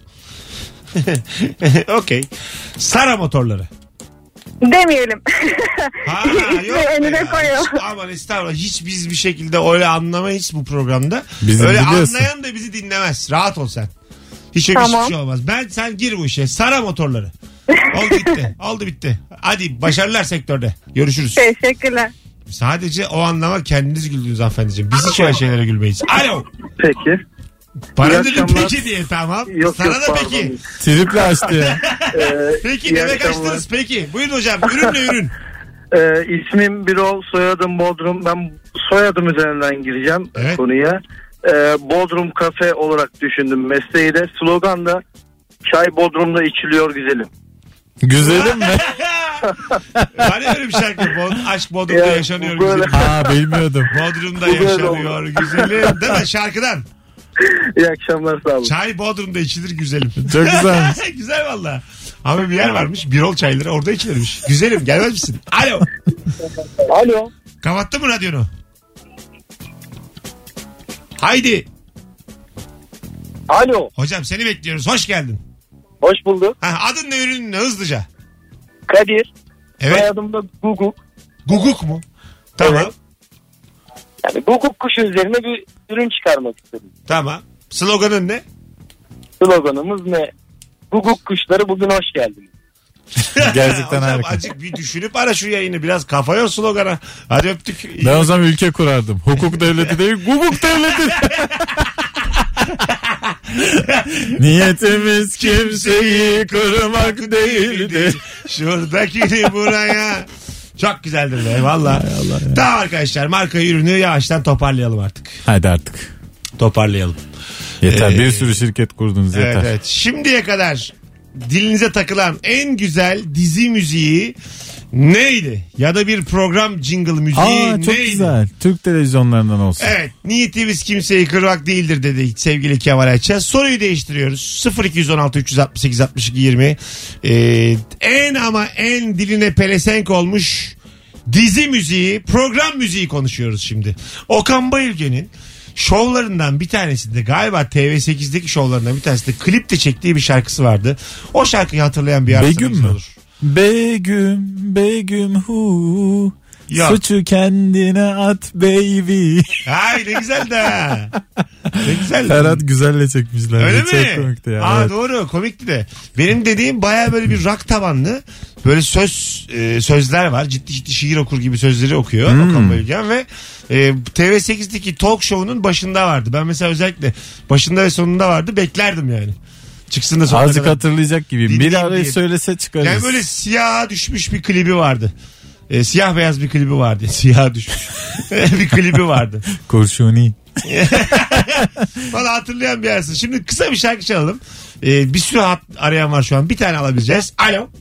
[SPEAKER 2] Okey. Sara motorları.
[SPEAKER 6] Demeyelim.
[SPEAKER 2] Yok
[SPEAKER 6] önüne
[SPEAKER 2] ya.
[SPEAKER 6] koyalım.
[SPEAKER 2] Aman estağfurullah. Hiç biz bir şekilde öyle anlamayız bu programda.
[SPEAKER 3] Bizim
[SPEAKER 2] öyle
[SPEAKER 3] biliyorsun.
[SPEAKER 2] anlayan da bizi dinlemez. Rahat ol sen. Hiç öyle
[SPEAKER 6] Tamam.
[SPEAKER 2] hiçbir şey olmaz. Sen gir bu işe. Sara motorları. Oldu bitti. Oldu bitti. Hadi başarılar sektörde. Görüşürüz.
[SPEAKER 6] Teşekkürler.
[SPEAKER 2] Sadece o anlama kendiniz güldünüz hanımefendiciğim. Biz hiç öyle şeylere gülmeyiz. Alo.
[SPEAKER 9] Peki.
[SPEAKER 2] Bana
[SPEAKER 9] İyi
[SPEAKER 2] dedim
[SPEAKER 9] akşamlar.
[SPEAKER 2] peki diye, tamam.
[SPEAKER 9] Yok,
[SPEAKER 2] Sana
[SPEAKER 9] yok,
[SPEAKER 2] da
[SPEAKER 9] pardon.
[SPEAKER 2] peki.
[SPEAKER 3] Triple açtı ya.
[SPEAKER 2] Peki
[SPEAKER 9] iyi
[SPEAKER 2] demek
[SPEAKER 9] akşamlar.
[SPEAKER 2] açtınız peki. Buyurun hocam. Ürün ne ürün?
[SPEAKER 9] İsmim Birol, soyadım Bodrum. Ben soyadım üzerinden gireceğim
[SPEAKER 2] Evet.
[SPEAKER 9] konuya. Bodrum kafe olarak düşündüm mesleği de. Slogan da çay Bodrum'da içiliyor güzelim.
[SPEAKER 3] Güzelim mi?
[SPEAKER 2] Var ya öyle bir şarkı. Aşk Bodrum'da
[SPEAKER 9] Ya,
[SPEAKER 2] yaşanıyor
[SPEAKER 9] böyle.
[SPEAKER 2] güzelim.
[SPEAKER 3] Ha, bilmiyordum.
[SPEAKER 2] Bodrum'da
[SPEAKER 9] Bu böyle
[SPEAKER 2] yaşanıyor güzelim. Değil mi şarkıdan?
[SPEAKER 9] İyi akşamlar, sağ olun.
[SPEAKER 2] Çay Bodrum'da içilir güzelim.
[SPEAKER 3] Çok güzelmiş.
[SPEAKER 2] Güzel valla. Ama bir yer varmış. Birol çayları orada içilirmiş. Güzelim, gelmez misin? Alo.
[SPEAKER 9] Alo.
[SPEAKER 2] Kapattın mı radyonu? Haydi.
[SPEAKER 9] Alo.
[SPEAKER 2] Hocam seni bekliyoruz. Hoş geldin.
[SPEAKER 9] Hoş bulduk.
[SPEAKER 2] Adın ne, ürünün ne, hızlıca?
[SPEAKER 9] Kadir.
[SPEAKER 2] Evet.
[SPEAKER 9] Soyadım da Guguk.
[SPEAKER 2] Guguk mu? Tamam.
[SPEAKER 9] Evet. Yani Guguk kuşu üzerine bir ürün çıkarmak istedim.
[SPEAKER 2] Tamam. Sloganın ne?
[SPEAKER 9] Sloganımız ne? Guguk kuşları bugün hoş geldiniz.
[SPEAKER 3] Gerçekten
[SPEAKER 2] Hocam
[SPEAKER 3] harika.
[SPEAKER 2] azıcık bir düşünüp ara şu yayını. Biraz kafa yok slogana. Hadi öptük.
[SPEAKER 3] Ben o zaman ülke kurardım. Hukuk devleti değil, hukuk devleti. Niyetimiz kimseyi kırmak değildi.
[SPEAKER 2] Şuradakini buraya, Çok güzeldir be valla. Tamam arkadaşlar, markayı ürünü yavaştan toparlayalım artık.
[SPEAKER 3] Hadi artık.
[SPEAKER 2] Toparlayalım.
[SPEAKER 3] Yeter, bir sürü şirket kurdunuz yeter.
[SPEAKER 2] Evet, evet. Şimdiye kadar dilinize takılan en güzel dizi müziği neydi? Ya da bir program jingle müziği neydi?
[SPEAKER 3] Çok güzel. Türk televizyonlarından olsun.
[SPEAKER 2] Evet. Niyetimiz kimseyi kırmak değildir dedi sevgili Kemal Ayça. Soruyu değiştiriyoruz. 0216 368 62 20. En diline pelesenk olmuş dizi müziği, program müziği konuşuyoruz şimdi. Okan Bayülgen'in şovlarından bir tanesinde, galiba TV8'deki şovlarından bir tanesinde klipte çektiği bir şarkısı vardı. O şarkıyı hatırlayan bir arasında
[SPEAKER 3] Begüm mü?
[SPEAKER 2] olur.
[SPEAKER 3] Begüm hu.
[SPEAKER 2] Yok.
[SPEAKER 3] Suçu kendine at baby.
[SPEAKER 2] Ay ne güzel de. Ne güzel.
[SPEAKER 3] Ferhat Güzel'le çekmişler.
[SPEAKER 2] Öyle mi?
[SPEAKER 3] Çok komikti ya.
[SPEAKER 2] Aa,
[SPEAKER 3] Evet.
[SPEAKER 2] doğru, komikti de. Benim dediğim baya böyle bir rock tabanlı, böyle sözler var. Ciddi şiir okur gibi sözleri okuyor Okan Bayülgen ve TV8'deki talk show'unun başında vardı. Ben mesela özellikle başında ve sonunda vardı, beklerdim yani. Çıksın da sonuna
[SPEAKER 3] Azıcık
[SPEAKER 2] kadar.
[SPEAKER 3] hatırlayacak gibi.
[SPEAKER 2] Dinleyeyim
[SPEAKER 3] Bir arayı
[SPEAKER 2] diye.
[SPEAKER 3] söylese çıkarız.
[SPEAKER 2] Yani böyle siyaha düşmüş bir klibi vardı. Siyah beyaz bir klibi vardı. Siyah düşmüş. Bir klibi vardı.
[SPEAKER 3] Kurşuni.
[SPEAKER 2] Valla hatırlayan bir yersin. Şimdi kısa bir şarkı çalalım. Bir sürü arayan var şu an. Bir tane alabileceğiz. Alo.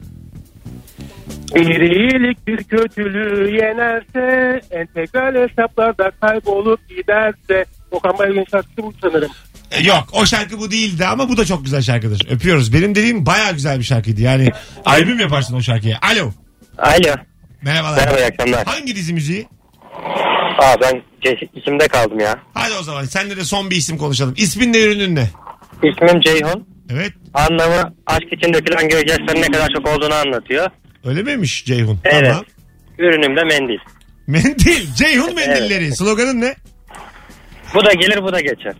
[SPEAKER 10] Bir iyilik bir kötülüğü yenerse, entegral hesaplarda kaybolup giderse. Okan Bayülgen şarkısı bu sanırım.
[SPEAKER 2] Yok, o şarkı bu değildi ama bu da çok güzel şarkıdır. Öpüyoruz. Benim dediğim baya güzel bir şarkıydı. Yani albüm yaparsın o şarkıyı. Alo.
[SPEAKER 5] Alo.
[SPEAKER 2] Merhabalar.
[SPEAKER 5] Merhaba, iyi akşamlar.
[SPEAKER 2] Hangi dizi müziği?
[SPEAKER 5] Ben isimde kaldım ya.
[SPEAKER 2] Hadi o zaman seninle de son bir isim konuşalım. İsmin ne, ürünün ne?
[SPEAKER 5] İsmim Ceyhun.
[SPEAKER 2] Evet.
[SPEAKER 5] Anlamı aşk için dökülen gözyaşlarının ne kadar çok olduğunu anlatıyor.
[SPEAKER 2] Öyle miymiş Ceyhun?
[SPEAKER 5] Evet.
[SPEAKER 2] Tamam.
[SPEAKER 5] Ürünüm de mendil.
[SPEAKER 2] Mendil. Ceyhun mendilleri. Evet. Sloganın ne?
[SPEAKER 5] Bu da gelir, bu da geçer.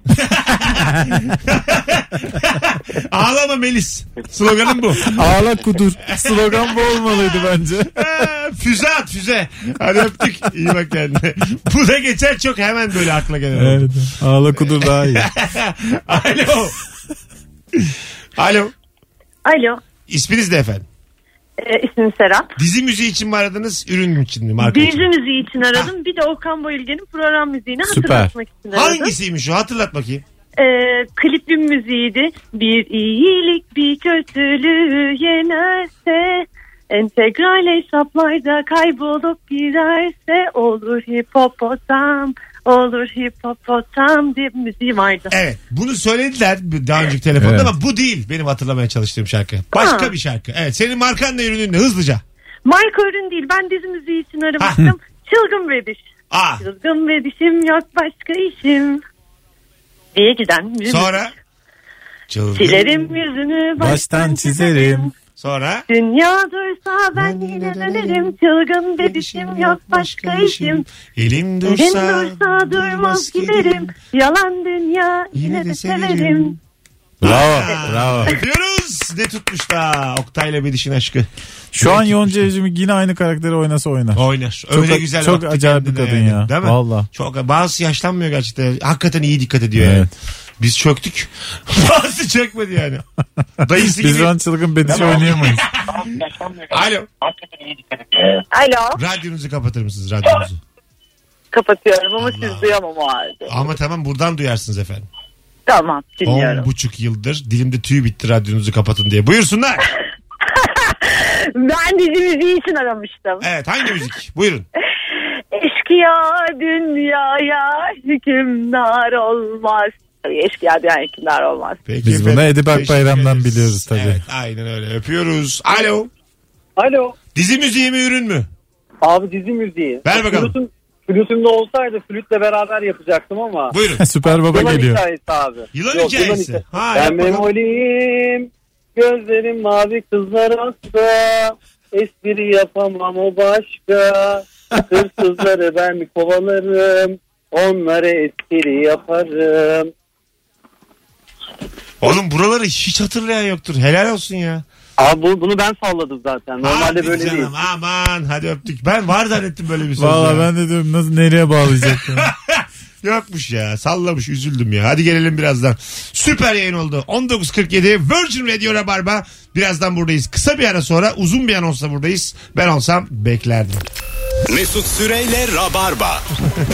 [SPEAKER 2] Ağlama Melis. Sloganın bu.
[SPEAKER 3] Ağla kudur. Slogan bu olmalıydı bence.
[SPEAKER 2] Füze at füze. Hadi öptük. İyi bak kendine. Bu da geçer, çok hemen böyle akla gelir.
[SPEAKER 3] Evet. Ağla kudur daha iyi.
[SPEAKER 2] Alo. Alo.
[SPEAKER 6] Alo.
[SPEAKER 2] İsminiz de efendim?
[SPEAKER 6] İsmim Serap.
[SPEAKER 2] Dizi müziği için mi aradınız? Ürün için mi? Marka
[SPEAKER 6] Dizi
[SPEAKER 2] için mi?
[SPEAKER 6] müziği için aradım. Bir de Okan Bayülgen'in program müziğini
[SPEAKER 3] Süper.
[SPEAKER 6] hatırlatmak için aradım.
[SPEAKER 2] Hangisiymiş o? Hatırlat bakayım.
[SPEAKER 6] Klipin müziğiydi. Bir iyilik bir kötülüğü yenerse, entegral hesaplarda kaybolup giderse, olur hipopotam, olur hipopotam diye bir müziği vardı.
[SPEAKER 2] Evet. Bunu söylediler daha önceki telefonda,
[SPEAKER 3] Evet.
[SPEAKER 2] ama bu değil benim hatırlamaya çalıştığım şarkı. Başka bir şarkı. Evet. Senin markan ne, ürünün ne? Hızlıca.
[SPEAKER 6] Marka ürün değil. Ben dizi müziği için aramıştım. Çılgın Bediş.
[SPEAKER 2] Aa.
[SPEAKER 6] Çılgın Bedişim yok başka işim diye giden müzik.
[SPEAKER 2] Sonra?
[SPEAKER 6] Silerim yüzünü
[SPEAKER 3] Baştan çizerim.
[SPEAKER 2] Sonra?
[SPEAKER 6] Dünya dursa ben yine dönerim. Çılgın Bedişim yok başka işim.
[SPEAKER 2] Elim
[SPEAKER 6] Elim
[SPEAKER 2] dursa
[SPEAKER 6] durmaz giderim. Yalan dünya yine de severim.
[SPEAKER 3] Bravo.
[SPEAKER 2] Yapıyoruz. Ne tutmuş da Oktay'la Bediş'in aşkı.
[SPEAKER 3] Şu an Yonca Evcimik yine aynı karakteri oynasa oynar.
[SPEAKER 2] Oynar. Öyle
[SPEAKER 3] Çok,
[SPEAKER 2] güzel.
[SPEAKER 3] çok
[SPEAKER 2] baktı
[SPEAKER 3] acayip bir
[SPEAKER 2] kendine
[SPEAKER 3] kadın ya.
[SPEAKER 2] Değil mi?
[SPEAKER 3] Valla.
[SPEAKER 2] Çok, bazısı yaşlanmıyor gerçekten. Hakikaten iyi dikkat ediyor yani.
[SPEAKER 3] Evet.
[SPEAKER 2] Biz çöktük. Bazısı çökmedi yani. Dayısı
[SPEAKER 3] Biz
[SPEAKER 2] gibi.
[SPEAKER 3] şu an çılgın Bediş'i oynayamayız.
[SPEAKER 2] Alo.
[SPEAKER 6] Alo.
[SPEAKER 2] Radyonuzu kapatır mısınız, radyonuzu?
[SPEAKER 6] Kapatıyorum ama
[SPEAKER 2] Allah.
[SPEAKER 6] siz duyamam o halde.
[SPEAKER 2] Ama tamam, buradan duyarsınız efendim.
[SPEAKER 6] Tamam, dinliyorum.
[SPEAKER 2] 10,5 yıldır dilimde tüy bitti, radyonuzu kapatın diye. Buyursunlar.
[SPEAKER 6] Ben dizi müziği için aramıştım.
[SPEAKER 2] Evet, hangi müzik? Buyurun.
[SPEAKER 6] Eşkıya dünyaya hükümdar olmaz. Eşkıya dünyaya hükümdar olmaz.
[SPEAKER 2] Peki
[SPEAKER 3] Biz bunu
[SPEAKER 2] efendim,
[SPEAKER 3] Edip Akbayram'dan
[SPEAKER 2] teşekkür ederiz.
[SPEAKER 3] biliyoruz tabii.
[SPEAKER 2] Evet, aynen öyle. Öpüyoruz. Alo.
[SPEAKER 10] Alo.
[SPEAKER 2] Dizi müziği mi, ürün mü?
[SPEAKER 10] Abi dizi müziği.
[SPEAKER 2] Ver bakalım.
[SPEAKER 10] Flütümde olsaydı flütle beraber yapacaktım ama.
[SPEAKER 2] Buyurun.
[SPEAKER 3] Süper Baba
[SPEAKER 10] Yılan
[SPEAKER 3] geliyor.
[SPEAKER 10] hikayesi abi.
[SPEAKER 2] Yılan
[SPEAKER 10] Yok,
[SPEAKER 2] hikayesi. Ha,
[SPEAKER 10] Ben
[SPEAKER 2] yap bakalım.
[SPEAKER 10] memolim, gözlerim mavi, kızlar hasta. Espri yapamam, o başka. Hırsızları ben kovalarım. Onlara espri yaparım.
[SPEAKER 2] Oğlum buraları hiç hatırlayan yoktur. Helal olsun ya.
[SPEAKER 10] Abi bunu ben salladım zaten. Normalde
[SPEAKER 2] Hadi
[SPEAKER 10] böyle
[SPEAKER 2] canım,
[SPEAKER 10] değil.
[SPEAKER 2] Aman hadi öptük. Ben var zannettim böyle bir söz.
[SPEAKER 3] Valla
[SPEAKER 2] ya.
[SPEAKER 3] ben de diyorum nasıl, nereye bağlayacak ya.
[SPEAKER 2] Yokmuş ya. Sallamış. Üzüldüm ya. Hadi gelelim birazdan. Süper yayın oldu. 19.47 Virgin Radio Rabarba. Birazdan buradayız. Kısa bir ara sonra uzun bir anonsla buradayız. Ben olsam beklerdim.
[SPEAKER 1] Mesut Süreyle Rabarba.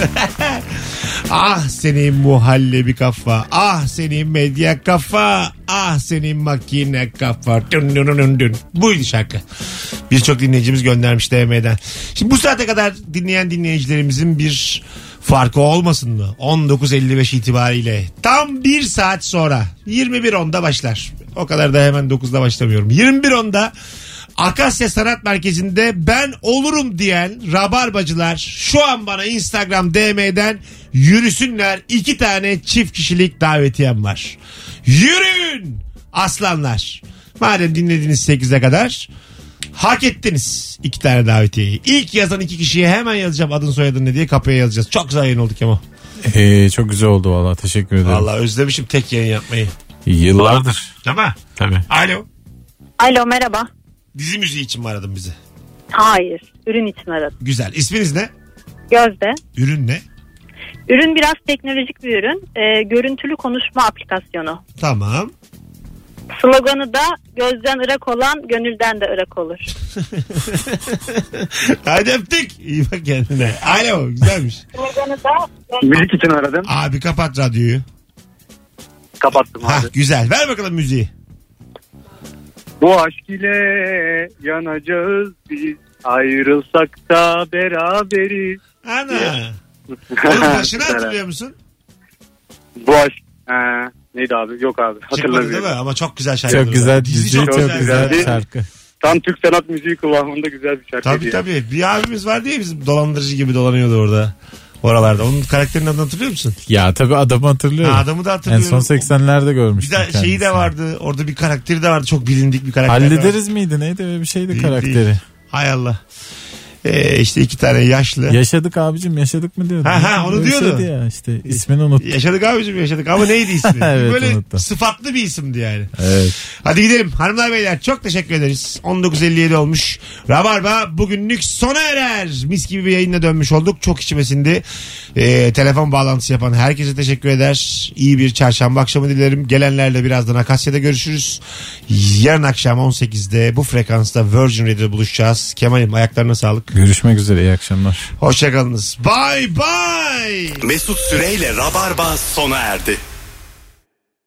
[SPEAKER 2] Ah senin muhallebi kafa. Ah senin medya kafa. Ah senin makine kafa. Dün dün dün dün. Buydu şarkı. Birçok dinleyicimiz göndermiş DM'den. Şimdi bu saate kadar dinleyen dinleyicilerimizin bir farkı olmasın mı? 19.55 itibariyle tam bir saat sonra 21.10'da başlar. O kadar da hemen 9'da başlamıyorum. 21.10'da Akasya Sanat Merkezi'nde ben olurum diyen rabarbacılar şu an bana Instagram DM'den yürüsünler. 2 tane çift kişilik davetiyem var. Yürüyün aslanlar. Madem dinlediniz 8'e kadar hak ettiniz 2 tane davetiyeyi. İlk yazan 2 kişiye hemen yazacağım adın soyadın ne diye kapıya yazacağız. Çok güzel yayın olduk ama.
[SPEAKER 3] Çok güzel oldu valla, teşekkür ederim.
[SPEAKER 2] Valla özlemişim tek yayın yapmayı.
[SPEAKER 3] Yıllardır.
[SPEAKER 2] Değil mi?
[SPEAKER 3] Tabii.
[SPEAKER 2] Alo.
[SPEAKER 6] Alo merhaba.
[SPEAKER 2] Dizi müziği için mi aradın bizi?
[SPEAKER 6] Hayır. Ürün için aradım.
[SPEAKER 2] Güzel. İsminiz ne?
[SPEAKER 6] Gözde.
[SPEAKER 2] Ürün ne?
[SPEAKER 6] Ürün biraz teknolojik bir ürün. Görüntülü konuşma aplikasyonu.
[SPEAKER 2] Tamam.
[SPEAKER 6] Sloganı da gözden ırak olan gönülden de ırak olur.
[SPEAKER 2] Hadi öptük. İyi bak kendine. Alo güzelmiş.
[SPEAKER 6] Sloganı da...
[SPEAKER 9] Müzik için aradım.
[SPEAKER 2] Abi kapat radyoyu.
[SPEAKER 9] Kapattım
[SPEAKER 2] Hah,
[SPEAKER 9] abi.
[SPEAKER 2] güzel. Ver bakalım müziği.
[SPEAKER 9] Bu aşk ile yanacağız biz. Ayrılsak da beraberiz.
[SPEAKER 2] Ana. Onun başını
[SPEAKER 9] Güzel.
[SPEAKER 2] hatırlıyor musun?
[SPEAKER 9] Bu aşk... neydi abi? Yok abi.
[SPEAKER 2] Çıkmadı değil
[SPEAKER 9] Hatırlamıyorum.
[SPEAKER 2] mi? Ama çok güzel şarkı.
[SPEAKER 3] Çok güzel dizi, çok
[SPEAKER 9] güzel.
[SPEAKER 3] güzel şarkı.
[SPEAKER 9] Tam Türk sanat müziği kıvamında güzel bir şarkı.
[SPEAKER 2] Tabii tabii. Bir abimiz var diye bizim dolandırıcı gibi dolanıyordu orada. Oralarda. Onun karakterinin adını hatırlıyor musun?
[SPEAKER 3] Ya tabii adamı hatırlıyorum.
[SPEAKER 2] Ha, adamı da
[SPEAKER 3] En
[SPEAKER 2] hatırlıyorum.
[SPEAKER 3] son 80'lerde
[SPEAKER 2] Bir
[SPEAKER 3] görmüştüm
[SPEAKER 2] de
[SPEAKER 3] kendisini.
[SPEAKER 2] şeyi de vardı. Orada bir karakteri de vardı. Çok bilindik bir karakter.
[SPEAKER 3] Hallederiz miydi neydi, öyle bir şeydi
[SPEAKER 2] Değil,
[SPEAKER 3] karakteri.
[SPEAKER 2] değil. Hay Allah. İşte 2 tane yaşlı.
[SPEAKER 3] Yaşadık abicim, yaşadık mı diyordu.
[SPEAKER 2] Ha, onu
[SPEAKER 3] Öyle
[SPEAKER 2] diyordu.
[SPEAKER 3] şeydi ya işte, ismini unuttum.
[SPEAKER 2] Yaşadık abicim yaşadık ama neydi ismi?
[SPEAKER 3] Evet,
[SPEAKER 2] Böyle
[SPEAKER 3] unuttum.
[SPEAKER 2] sıfatlı bir isimdi yani.
[SPEAKER 3] Evet.
[SPEAKER 2] Hadi gidelim hanımlar beyler, çok teşekkür ederiz. 19.57 olmuş. Rabarba bugünlük sona erer. Mis gibi bir yayınla dönmüş olduk. Çok içime sindi. Telefon bağlantısı yapan herkese teşekkür eder. İyi bir çarşamba akşamı dilerim. Gelenlerle birazdan Akasya'da görüşürüz. Yarın akşam 18'de bu frekansta Virgin Radio'da buluşacağız. Kemal'im ayaklarına sağlık.
[SPEAKER 3] Görüşmek üzere, iyi akşamlar.
[SPEAKER 2] Hoşçakalınız. Bye bye.
[SPEAKER 1] Mesut Süreyle Rabarba sona erdi.